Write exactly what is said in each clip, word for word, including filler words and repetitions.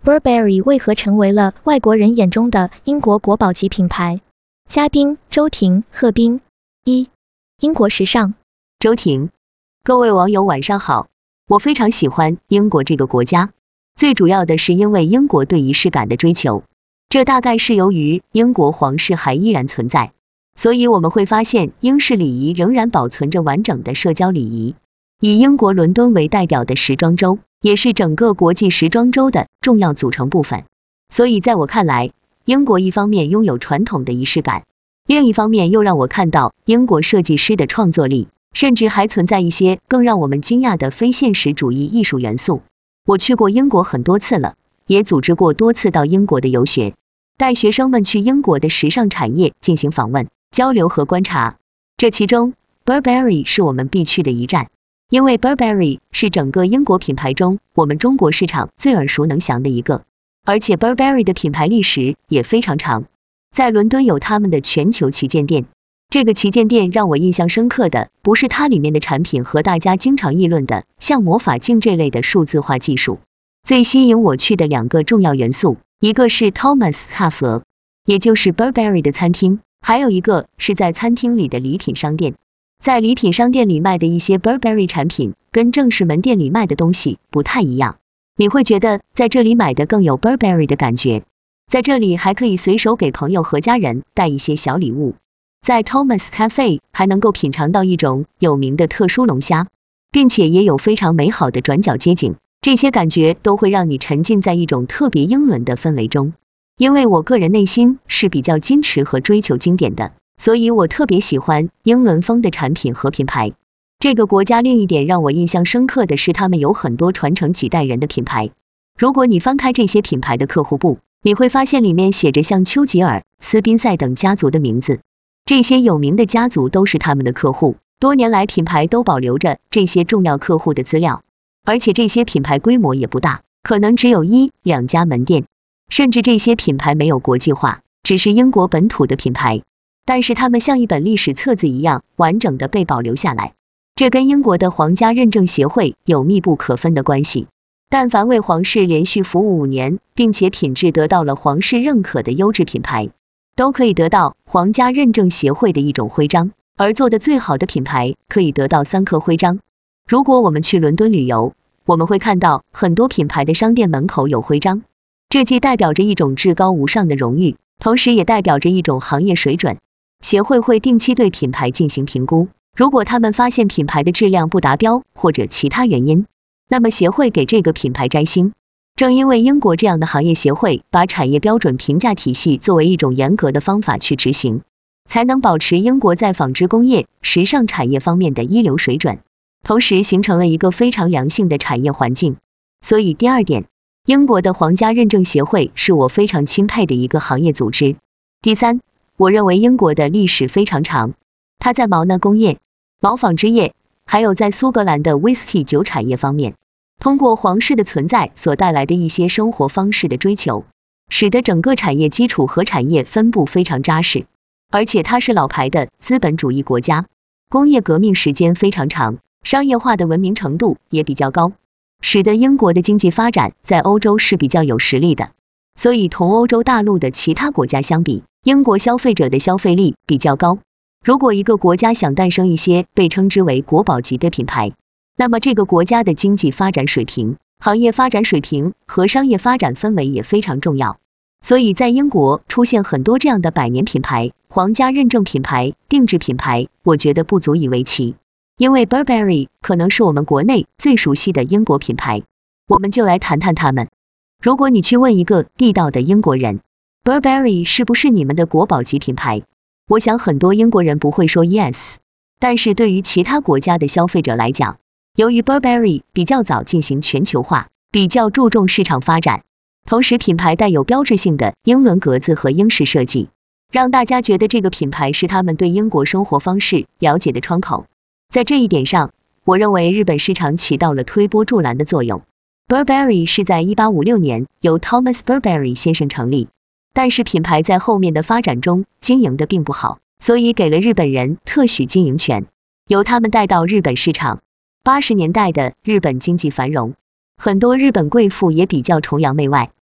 Burberry 为何成为了外国人眼中的英国国宝级品牌？嘉宾：周婷、贺斌。一、英国时尚。 周婷，各位网友晚上好，我非常喜欢英国这个国家，最主要的是因为英国对仪式感的追求，这大概是由于英国皇室还依然存在，所以我们会发现英式礼仪仍然保存着完整的社交礼仪。以英国伦敦为代表的时装周，也是整个国际时装周的重要组成部分。所以在我看来，英国一方面拥有传统的仪式感，另一方面又让我看到英国设计师的创作力，甚至还存在一些更让我们惊讶的非现实主义艺术元素。我去过英国很多次了，也组织过多次到英国的游学，带学生们去英国的时尚产业进行访问、交流和观察。这其中 Burberry 是我们必去的一站，因为 Burberry 是整个英国品牌中我们中国市场最耳熟能详的一个，而且 Burberry 的品牌历史也非常长，在伦敦有他们的全球旗舰店。这个旗舰店让我印象深刻的不是它里面的产品和大家经常议论的像魔法镜这类的数字化技术，最吸引我去的两个重要元素，一个是 Thomas Cafe， 也就是 Burberry 的餐厅，还有一个是在餐厅里的礼品商店。在礼品商店里卖的一些 Burberry 产品跟正式门店里卖的东西不太一样，你会觉得在这里买的更有 Burberry 的感觉。在这里还可以随手给朋友和家人带一些小礼物。在 Thomas Cafe 还能够品尝到一种有名的特殊龙虾，并且也有非常美好的转角街景，这些感觉都会让你沉浸在一种特别英伦的氛围中。因为我个人内心是比较矜持和追求经典的，所以我特别喜欢英伦风的产品和品牌。这个国家另一点让我印象深刻的是他们有很多传承几代人的品牌。如果你翻开这些品牌的客户簿，你会发现里面写着像丘吉尔、斯宾塞等家族的名字，这些有名的家族都是他们的客户，多年来品牌都保留着这些重要客户的资料，而且这些品牌规模也不大，可能只有一两家门店，甚至这些品牌没有国际化，只是英国本土的品牌，但是他们像一本历史册子一样完整的被保留下来，这跟英国的皇家认证协会有密不可分的关系。但凡为皇室连续服务五年，并且品质得到了皇室认可的优质品牌，都可以得到皇家认证协会的一种徽章，而做的最好的品牌可以得到三颗徽章。如果我们去伦敦旅游，我们会看到很多品牌的商店门口有徽章，这既代表着一种至高无上的荣誉，同时也代表着一种行业水准。协会会定期对品牌进行评估，如果他们发现品牌的质量不达标或者其他原因，那么协会给这个品牌摘星。正因为英国这样的行业协会把产业标准评价体系作为一种严格的方法去执行，才能保持英国在纺织工业、时尚产业方面的一流水准，同时形成了一个非常良性的产业环境。所以第二点，英国的皇家认证协会是我非常钦佩的一个行业组织。第三，我认为英国的历史非常长，它在毛呢工业、毛纺织业，还有在苏格兰的威士忌酒产业方面，通过皇室的存在所带来的一些生活方式的追求，使得整个产业基础和产业分布非常扎实，而且它是老牌的资本主义国家，工业革命时间非常长，商业化的文明程度也比较高，使得英国的经济发展在欧洲是比较有实力的。所以同欧洲大陆的其他国家相比，英国消费者的消费力比较高。如果一个国家想诞生一些被称之为国宝级的品牌，那么这个国家的经济发展水平、行业发展水平和商业发展氛围也非常重要。所以在英国出现很多这样的百年品牌、皇家认证品牌、定制品牌，我觉得不足以为奇。因为 Burberry 可能是我们国内最熟悉的英国品牌，我们就来谈谈它们。如果你去问一个地道的英国人， Burberry 是不是你们的国宝级品牌？我想很多英国人不会说 yes， 但是对于其他国家的消费者来讲，由于 Burberry 比较早进行全球化，比较注重市场发展，同时品牌带有标志性的英伦格子和英式设计，让大家觉得这个品牌是他们对英国生活方式了解的窗口。在这一点上，我认为日本市场起到了推波助澜的作用。Burberry 是在一八五六年由 Thomas Burberry 先生成立，但是品牌在后面的发展中经营的并不好，所以给了日本人特许经营权，由他们带到日本市场。八十年代的日本经济繁荣，很多日本贵妇也比较崇洋媚外，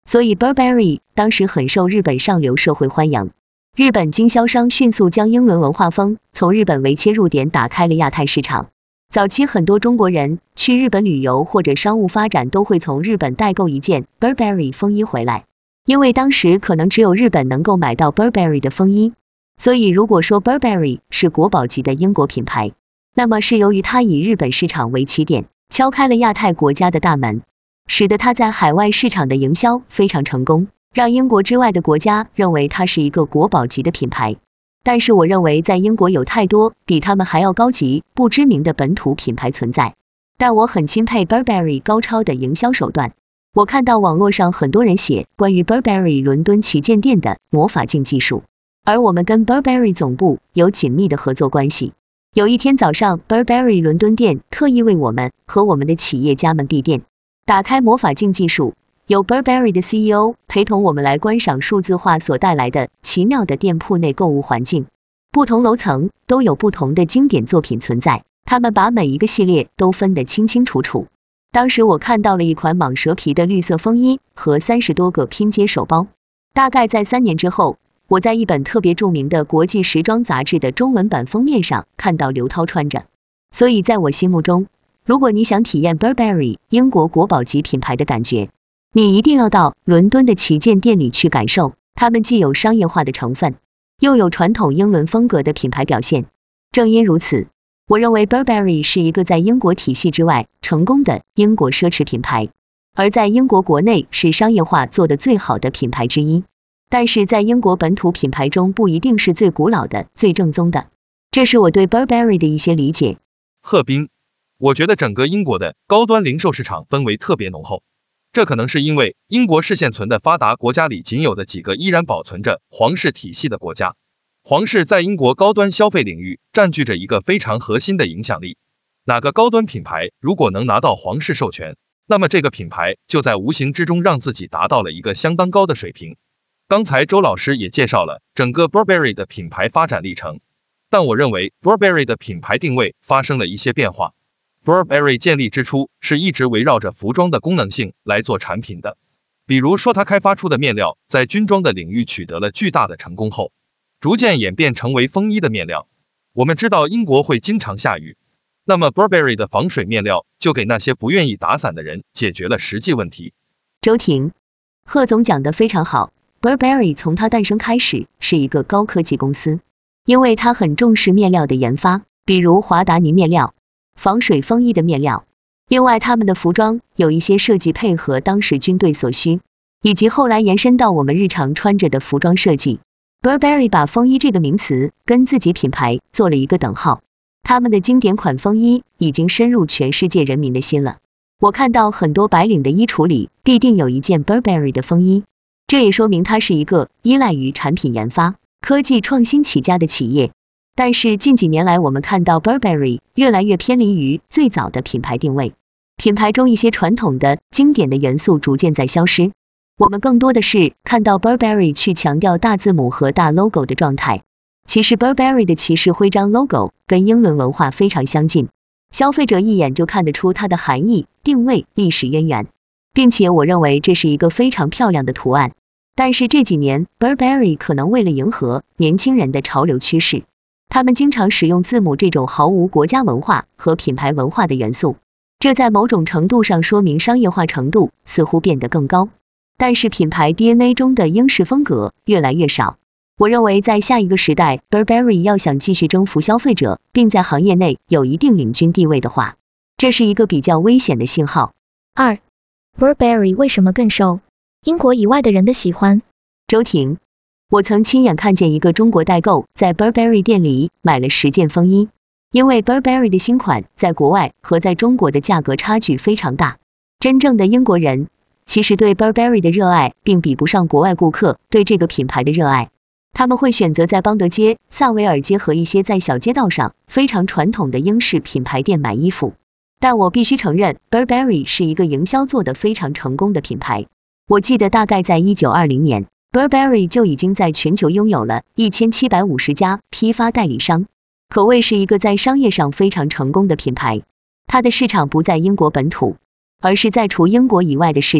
所以 Burberry 当时很受日本上流社会欢迎。日本经销商迅速将英伦文化风从日本为切入点，打开了亚太市场。早期很多中国人去日本旅游或者商务发展都会从日本代购一件 Burberry 风衣回来，因为当时可能只有日本能够买到 Burberry 的风衣。所以如果说 Burberry 是国宝级的英国品牌，那么是由于它以日本市场为起点，敲开了亚太国家的大门，使得它在海外市场的营销非常成功，让英国之外的国家认为它是一个国宝级的品牌。但是我认为在英国有太多比他们还要高级不知名的本土品牌存在，但我很钦佩 Burberry 高超的营销手段。我看到网络上很多人写关于 Burberry 伦敦旗舰店的魔法镜技术，而我们跟 Burberry 总部有紧密的合作关系。有一天早上 Burberry 伦敦店特意为我们和我们的企业家们闭店，打开魔法镜技术，由 Burberry 的 C E O 陪同我们来观赏数字化所带来的奇妙的店铺内购物环境。不同楼层都有不同的经典作品存在，他们把每一个系列都分得清清楚楚。当时我看到了一款蟒蛇皮的绿色风衣和三十多个拼接手包。大概在三年之后，我在一本特别著名的国际时装杂志的中文版封面上看到刘涛穿着。所以在我心目中，如果你想体验 Burberry 英国国宝级品牌的感觉，你一定要到伦敦的旗舰店里去感受，他们既有商业化的成分，又有传统英伦风格的品牌表现。正因如此，我认为 Burberry 是一个在英国体系之外成功的英国奢侈品牌，而在英国国内是商业化做得最好的品牌之一，但是在英国本土品牌中不一定是最古老的、最正宗的。这是我对 Burberry 的一些理解。 贺斌，我觉得整个英国的高端零售市场氛围特别浓厚，这可能是因为英国是现存的发达国家里仅有的几个依然保存着皇室体系的国家。皇室在英国高端消费领域占据着一个非常核心的影响力。哪个高端品牌如果能拿到皇室授权，那么这个品牌就在无形之中让自己达到了一个相当高的水平。刚才周老师也介绍了整个 Burberry 的品牌发展历程，但我认为 Burberry 的品牌定位发生了一些变化。Burberry 建立之初是一直围绕着服装的功能性来做产品的，比如说它开发出的面料在军装的领域取得了巨大的成功后，逐渐演变成为风衣的面料。我们知道英国会经常下雨，那么 Burberry 的防水面料就给那些不愿意打伞的人解决了实际问题。 周婷，贺总讲得非常好。Burberry 从它诞生开始是一个高科技公司，因为它很重视面料的研发，比如华达尼面料、防水风衣的面料。另外他们的服装有一些设计配合当时军队所需，以及后来延伸到我们日常穿着的服装设计。Burberry 把风衣这个名词跟自己品牌做了一个等号，他们的经典款风衣已经深入全世界人民的心了。我看到很多白领的衣橱里必定有一件 Burberry 的风衣，这也说明它是一个依赖于产品研发、科技创新起家的企业。但是近几年来我们看到 Burberry 越来越偏离于最早的品牌定位，品牌中一些传统的经典的元素逐渐在消失，我们更多的是看到 Burberry 去强调大字母和大 logo 的状态。其实 Burberry 的骑士徽章 logo 跟英伦文化非常相近，消费者一眼就看得出它的含义、定位、历史渊源，并且我认为这是一个非常漂亮的图案。但是这几年 Burberry 可能为了迎合年轻人的潮流趋势，他们经常使用字母这种毫无国家文化和品牌文化的元素，这在某种程度上说明商业化程度似乎变得更高，但是品牌 D N A 中的英式风格越来越少。我认为在下一个时代 Burberry 要想继续征服消费者，并在行业内有一定领军地位的话，这是一个比较危险的信号。 二 Burberry 为什么更受英国以外的人的喜欢？ 周婷，我曾亲眼看见一个中国代购在 Burberry 店里买了十件风衣，因为 Burberry 的新款在国外和在中国的价格差距非常大。真正的英国人其实对 Burberry 的热爱并比不上国外顾客对这个品牌的热爱，他们会选择在邦德街、萨维尔街和一些在小街道上非常传统的英式品牌店买衣服。但我必须承认 Burberry 是一个营销做得非常成功的品牌。我记得大概在一九二零年 Burberry 就已经在全球拥有了一千七百五十家批发代理商，可谓是一个在商业上非常成功的品牌。它的市场不在英国本土，而是在除英国以外的世界。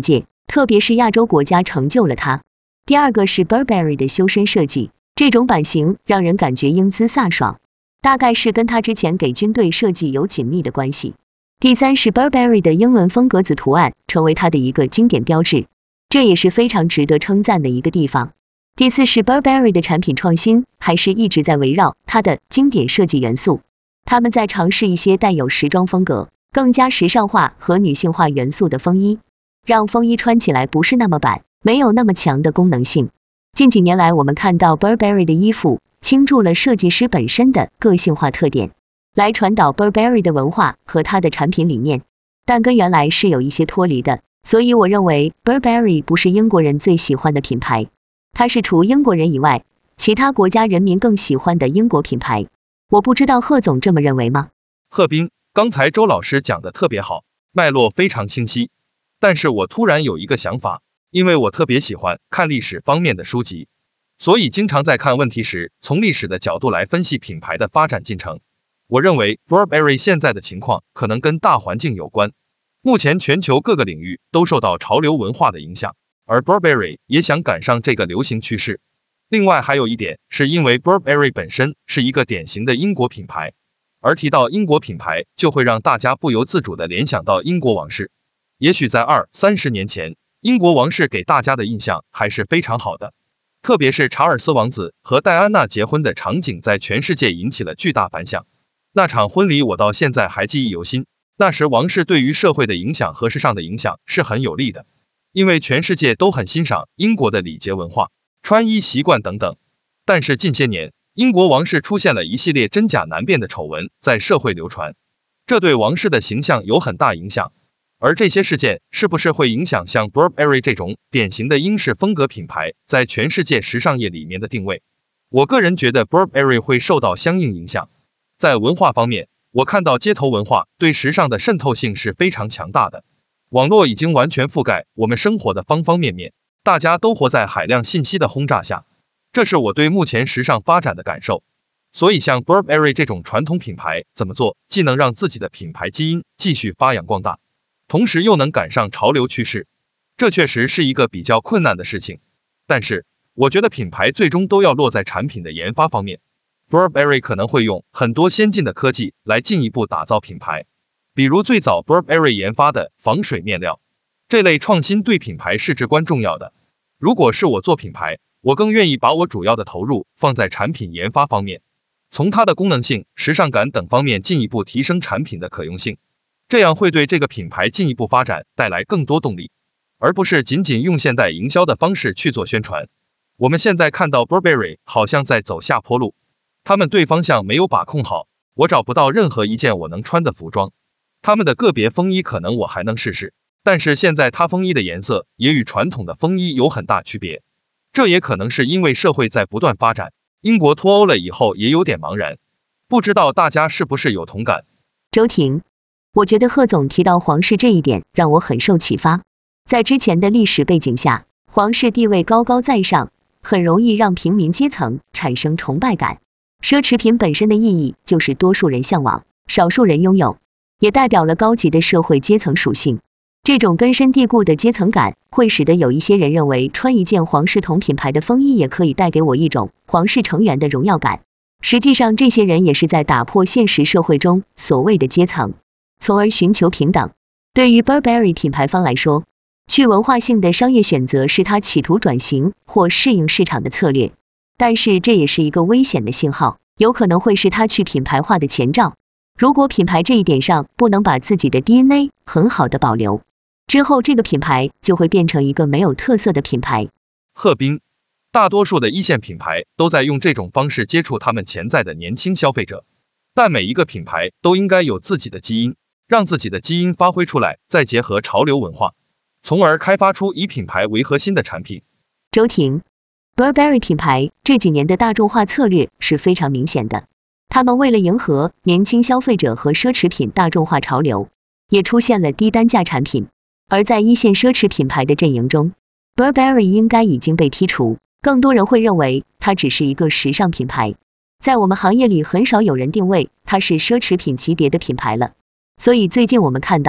特别是亚洲国家成就了它。第二个是 Burberry 的修身设计，这种版型让人感觉英姿飒爽，大概是跟他之前给军队设计有紧密的关系。第三是 Burberry 的英伦风格子图案成为它的一个经典标志，这也是非常值得称赞的一个地方。第四是 Burberry 的产品创新还是一直在围绕它的经典设计元素，他们在尝试一些带有时装风格、更加时尚化和女性化元素的风衣，让风衣穿起来不是那么板，没有那么强的功能性。近几年来我们看到 Burberry 的衣服倾注了设计师本身的个性化特点，来传导 Burberry 的文化和它的产品理念，但跟原来是有一些脱离的，所以我认为 Burberry 不是英国人最喜欢的品牌，它是除英国人以外其他国家人民更喜欢的英国品牌。我不知道贺总这么认为吗？ 贺斌，刚才周老师讲的特别好，脉络非常清晰，但是我突然有一个想法，因为我特别喜欢看历史方面的书籍，所以经常在看问题时从历史的角度来分析品牌的发展进程。我认为 Burberry 现在的情况可能跟大环境有关，目前全球各个领域都受到潮流文化的影响，而 Burberry 也想赶上这个流行趋势。另外还有一点是因为 Burberry 本身是一个典型的英国品牌，而提到英国品牌就会让大家不由自主的联想到英国王室。也许在二三十年前，英国王室给大家的印象还是非常好的，特别是查尔斯王子和戴安娜结婚的场景在全世界引起了巨大反响。那场婚礼我到现在还记忆犹新，那时王室对于社会的影响和时尚的影响是很有利的，因为全世界都很欣赏英国的礼节文化、穿衣习惯等等。但是近些年，英国王室出现了一系列真假难辨的丑闻在社会流传，这对王室的形象有很大影响。而这些事件是不是会影响像 Burberry 这种典型的英式风格品牌在全世界时尚业里面的定位？我个人觉得 Burberry 会受到相应影响。在文化方面，我看到街头文化对时尚的渗透性是非常强大的，网络已经完全覆盖我们生活的方方面面，大家都活在海量信息的轰炸下，这是我对目前时尚发展的感受。所以像 Burberry 这种传统品牌怎么做，既能让自己的品牌基因继续发扬光大，同时又能赶上潮流趋势，这确实是一个比较困难的事情。但是我觉得品牌最终都要落在产品的研发方面， Burberry 可能会用很多先进的科技来进一步打造品牌，比如最早 Burberry 研发的防水面料，这类创新对品牌是至关重要的。如果是我做品牌，我更愿意把我主要的投入放在产品研发方面，从它的功能性、时尚感等方面进一步提升产品的可用性，这样会对这个品牌进一步发展带来更多动力，而不是仅仅用现代营销的方式去做宣传。我们现在看到 Burberry 好像在走下坡路，他们对方向没有把控好，我找不到任何一件我能穿的服装。他们的个别风衣可能我还能试试，但是现在它风衣的颜色也与传统的风衣有很大区别，这也可能是因为社会在不断发展，英国脱欧了以后也有点茫然，不知道大家是不是有同感。 周婷，我觉得贺总提到皇室这一点让我很受启发。在之前的历史背景下，皇室地位高高在上，很容易让平民阶层产生崇拜感。奢侈品本身的意义就是多数人向往，少数人拥有，也代表了高级的社会阶层属性。这种根深蒂固的阶层感会使得有一些人认为穿一件皇室同品牌的风衣也可以带给我一种皇室成员的荣耀感。实际上这些人也是在打破现实社会中所谓的阶层，从而寻求平等。对于 Burberry 品牌方来说，去文化性的商业选择是他企图转型或适应市场的策略，但是这也是一个危险的信号，有可能会是他去品牌化的前兆。如果品牌这一点上不能把自己的 D N A 很好的保留，之后这个品牌就会变成一个没有特色的品牌。 贺斌，大多数的一线品牌都在用这种方式接触他们潜在的年轻消费者，但每一个品牌都应该有自己的基因，让自己的基因发挥出来，再结合潮流文化，从而开发出以品牌为核心的产品。 周婷， Burberry 品牌这几年的大众化策略是非常明显的，他们为了迎合年轻消费者和奢侈品大众化潮流，也出现了低单价产品。而在一线奢侈品牌的阵营中， Burberry 应该已经被剔除，更多人会认为它只是一个时尚品牌。在我们行业里很少有人定位它是奢侈品级别的品牌了，所以最近我们看到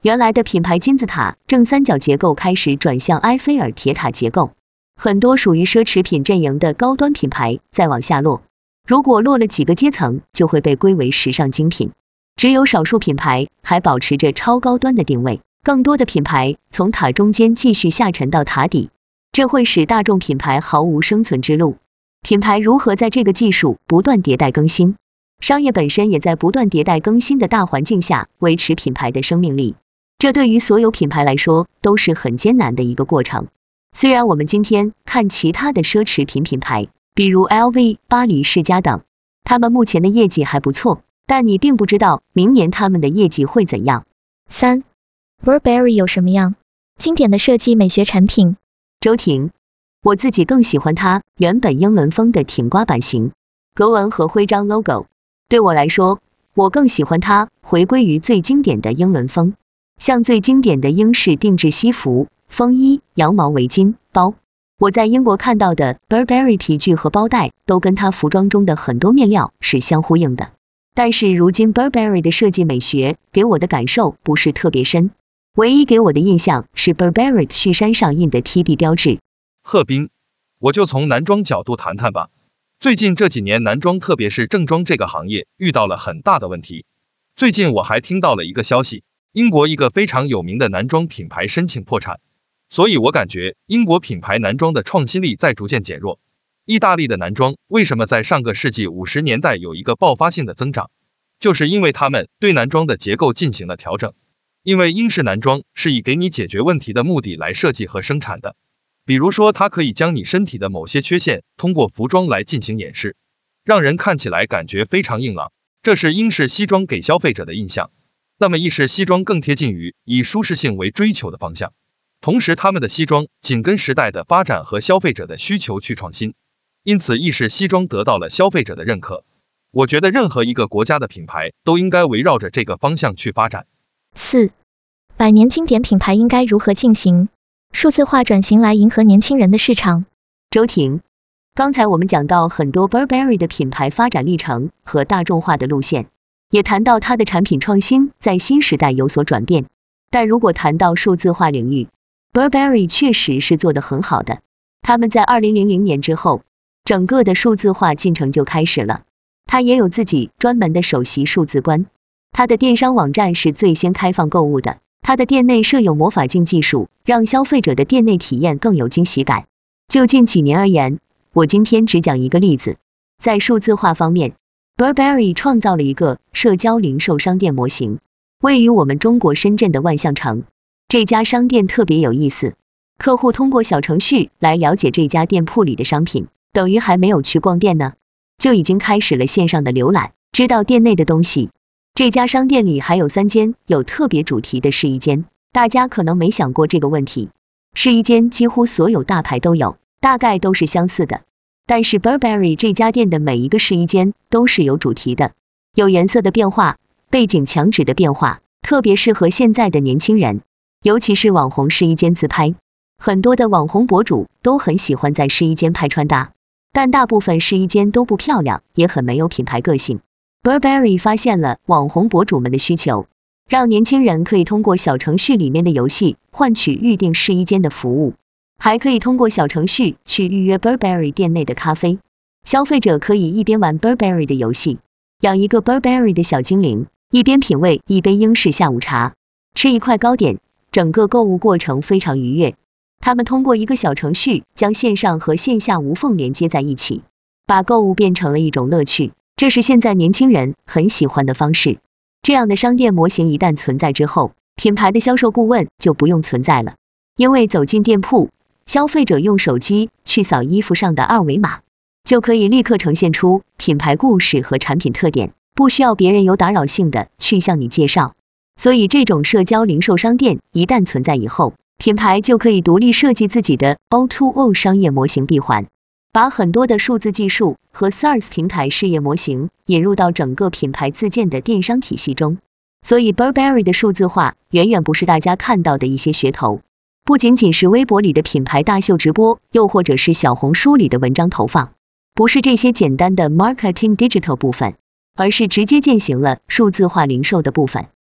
原来的品牌金字塔正三角结构开始转向埃菲尔铁塔结构，很多属于奢侈品阵营的高端品牌再往下落，如果落了几个阶层，就会被归为时尚精品。只有少数品牌还保持着超高端的定位，更多的品牌从塔中间继续下沉到塔底，这会使大众品牌毫无生存之路。品牌如何在这个技术不断迭代更新，商业本身也在不断迭代更新的大环境下维持品牌的生命力，这对于所有品牌来说都是很艰难的一个过程。虽然我们今天看其他的奢侈品品牌，比如 L V、巴黎世家等，他们目前的业绩还不错，但你并不知道明年他们的业绩会怎样。 三 Burberry 有什么样经典的设计美学产品？ 周婷，我自己更喜欢它原本英伦风的挺刮版型，格纹和徽章 logo。对我来说，我更喜欢它回归于最经典的英伦风，像最经典的英式定制西服、风衣、羊毛围巾、包。我在英国看到的 Burberry 皮具和包带都跟它服装中的很多面料是相呼应的。但是如今 Burberry 的设计美学给我的感受不是特别深，唯一给我的印象是 Burberry 恤衫上印的 T B 标志。 贺斌，我就从男装角度谈谈吧。最近这几年男装特别是正装这个行业遇到了很大的问题。最近我还听到了一个消息，英国一个非常有名的男装品牌申请破产，所以我感觉英国品牌男装的创新力在逐渐减弱。意大利的男装为什么在上个世纪五十年代有一个爆发性的增长，就是因为他们对男装的结构进行了调整。因为英式男装是以给你解决问题的目的来设计和生产的，比如说它可以将你身体的某些缺陷通过服装来进行掩饰，让人看起来感觉非常硬朗，这是英式西装给消费者的印象。那么意式西装更贴近于以舒适性为追求的方向，同时他们的西装紧跟时代的发展和消费者的需求去创新，因此意式西装得到了消费者的认可。我觉得任何一个国家的品牌都应该围绕着这个方向去发展。 四百年经典品牌应该如何进行数字化转型来迎合年轻人的市场？ 周婷，刚才我们讲到很多 Burberry 的品牌发展历程和大众化的路线，也谈到它的产品创新在新时代有所转变。但如果谈到数字化领域， Burberry 确实是做得很好的。他们在二零零零年之后，整个的数字化进程就开始了。它也有自己专门的首席数字官，它的电商网站是最先开放购物的，它的店内设有魔法镜技术，让消费者的店内体验更有惊喜感。就近几年而言，我今天只讲一个例子。在数字化方面， Burberry 创造了一个社交零售商店模型，位于我们中国深圳的万象城。这家商店特别有意思，客户通过小程序来了解这家店铺里的商品，等于还没有去逛店呢，就已经开始了线上的浏览，知道店内的东西。这家商店里还有三间有特别主题的试衣间，大家可能没想过这个问题。试衣间几乎所有大牌都有，大概都是相似的，但是 Burberry 这家店的每一个试衣间都是有主题的，有颜色的变化，背景墙纸的变化，特别适合现在的年轻人，尤其是网红试衣间自拍。很多的网红博主都很喜欢在试衣间拍穿搭，但大部分试衣间都不漂亮，也很没有品牌个性。Burberry 发现了网红博主们的需求，让年轻人可以通过小程序里面的游戏换取预定试衣间的服务，还可以通过小程序去预约 Burberry 店内的咖啡。消费者可以一边玩 Burberry 的游戏，养一个 Burberry 的小精灵，一边品味一杯英式下午茶，吃一块糕点，整个购物过程非常愉悦。他们通过一个小程序将线上和线下无缝连接在一起，把购物变成了一种乐趣，这是现在年轻人很喜欢的方式。这样的商店模型一旦存在之后，品牌的销售顾问就不用存在了，因为走进店铺，消费者用手机去扫衣服上的二维码，就可以立刻呈现出品牌故事和产品特点，不需要别人有打扰性的去向你介绍。所以这种社交零售商店一旦存在以后，品牌就可以独立设计自己的 O to O 商业模型闭环，把很多的数字技术和 SaaS 平台事业模型引入到整个品牌自建的电商体系中。所以 Burberry 的数字化远远不是大家看到的一些噱头，不仅仅是微博里的品牌大秀直播，又或者是小红书里的文章投放，不是这些简单的 marketing digital 部分，而是直接践行了数字化零售的部分。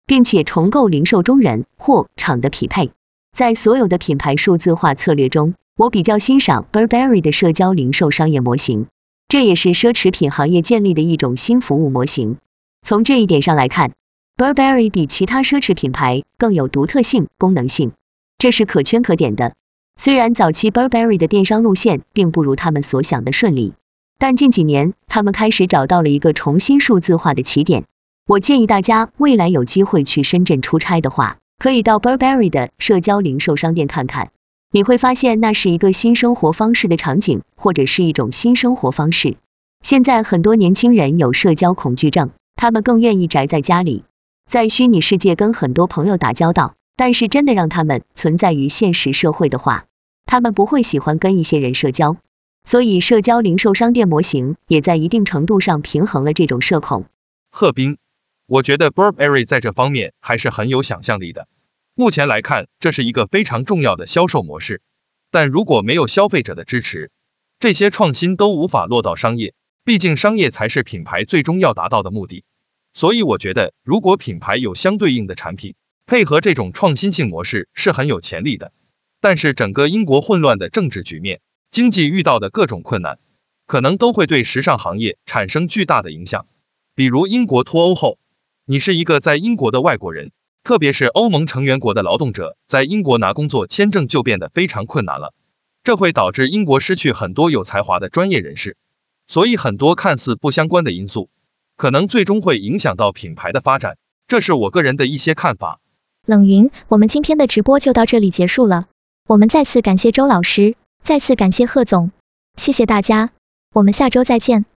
并且重构零售中人或厂的匹配。在所有的品牌数字化策略中，我比较欣赏 Burberry 的社交零售商业模型，这也是奢侈品行业建立的一种新服务模型。从这一点上来看， Burberry 比其他奢侈品牌更有独特性、功能性，这是可圈可点的。虽然早期 Burberry 的电商路线并不如他们所想的顺利，但近几年他们开始找到了一个重新数字化的起点。我建议大家未来有机会去深圳出差的话，可以到 Burberry 的社交零售商店看看，你会发现那是一个新生活方式的场景，或者是一种新生活方式。现在很多年轻人有社交恐惧症，他们更愿意宅在家里，在虚拟世界跟很多朋友打交道，但是真的让他们存在于现实社会的话，他们不会喜欢跟一些人社交。所以社交零售商店模型也在一定程度上平衡了这种社恐。 贺斌，我觉得 Burberry 在这方面还是很有想象力的。目前来看，这是一个非常重要的销售模式，但如果没有消费者的支持，这些创新都无法落到商业，毕竟商业才是品牌最终要达到的目的。所以我觉得，如果品牌有相对应的产品，配合这种创新性模式是很有潜力的。但是整个英国混乱的政治局面，经济遇到的各种困难，可能都会对时尚行业产生巨大的影响。比如英国脱欧后，你是一个在英国的外国人，特别是欧盟成员国的劳动者，在英国拿工作签证就变得非常困难了，这会导致英国失去很多有才华的专业人士。所以很多看似不相关的因素，可能最终会影响到品牌的发展，这是我个人的一些看法。 冷云，我们今天的直播就到这里结束了，我们再次感谢周老师，再次感谢贺总，谢谢大家，我们下周再见。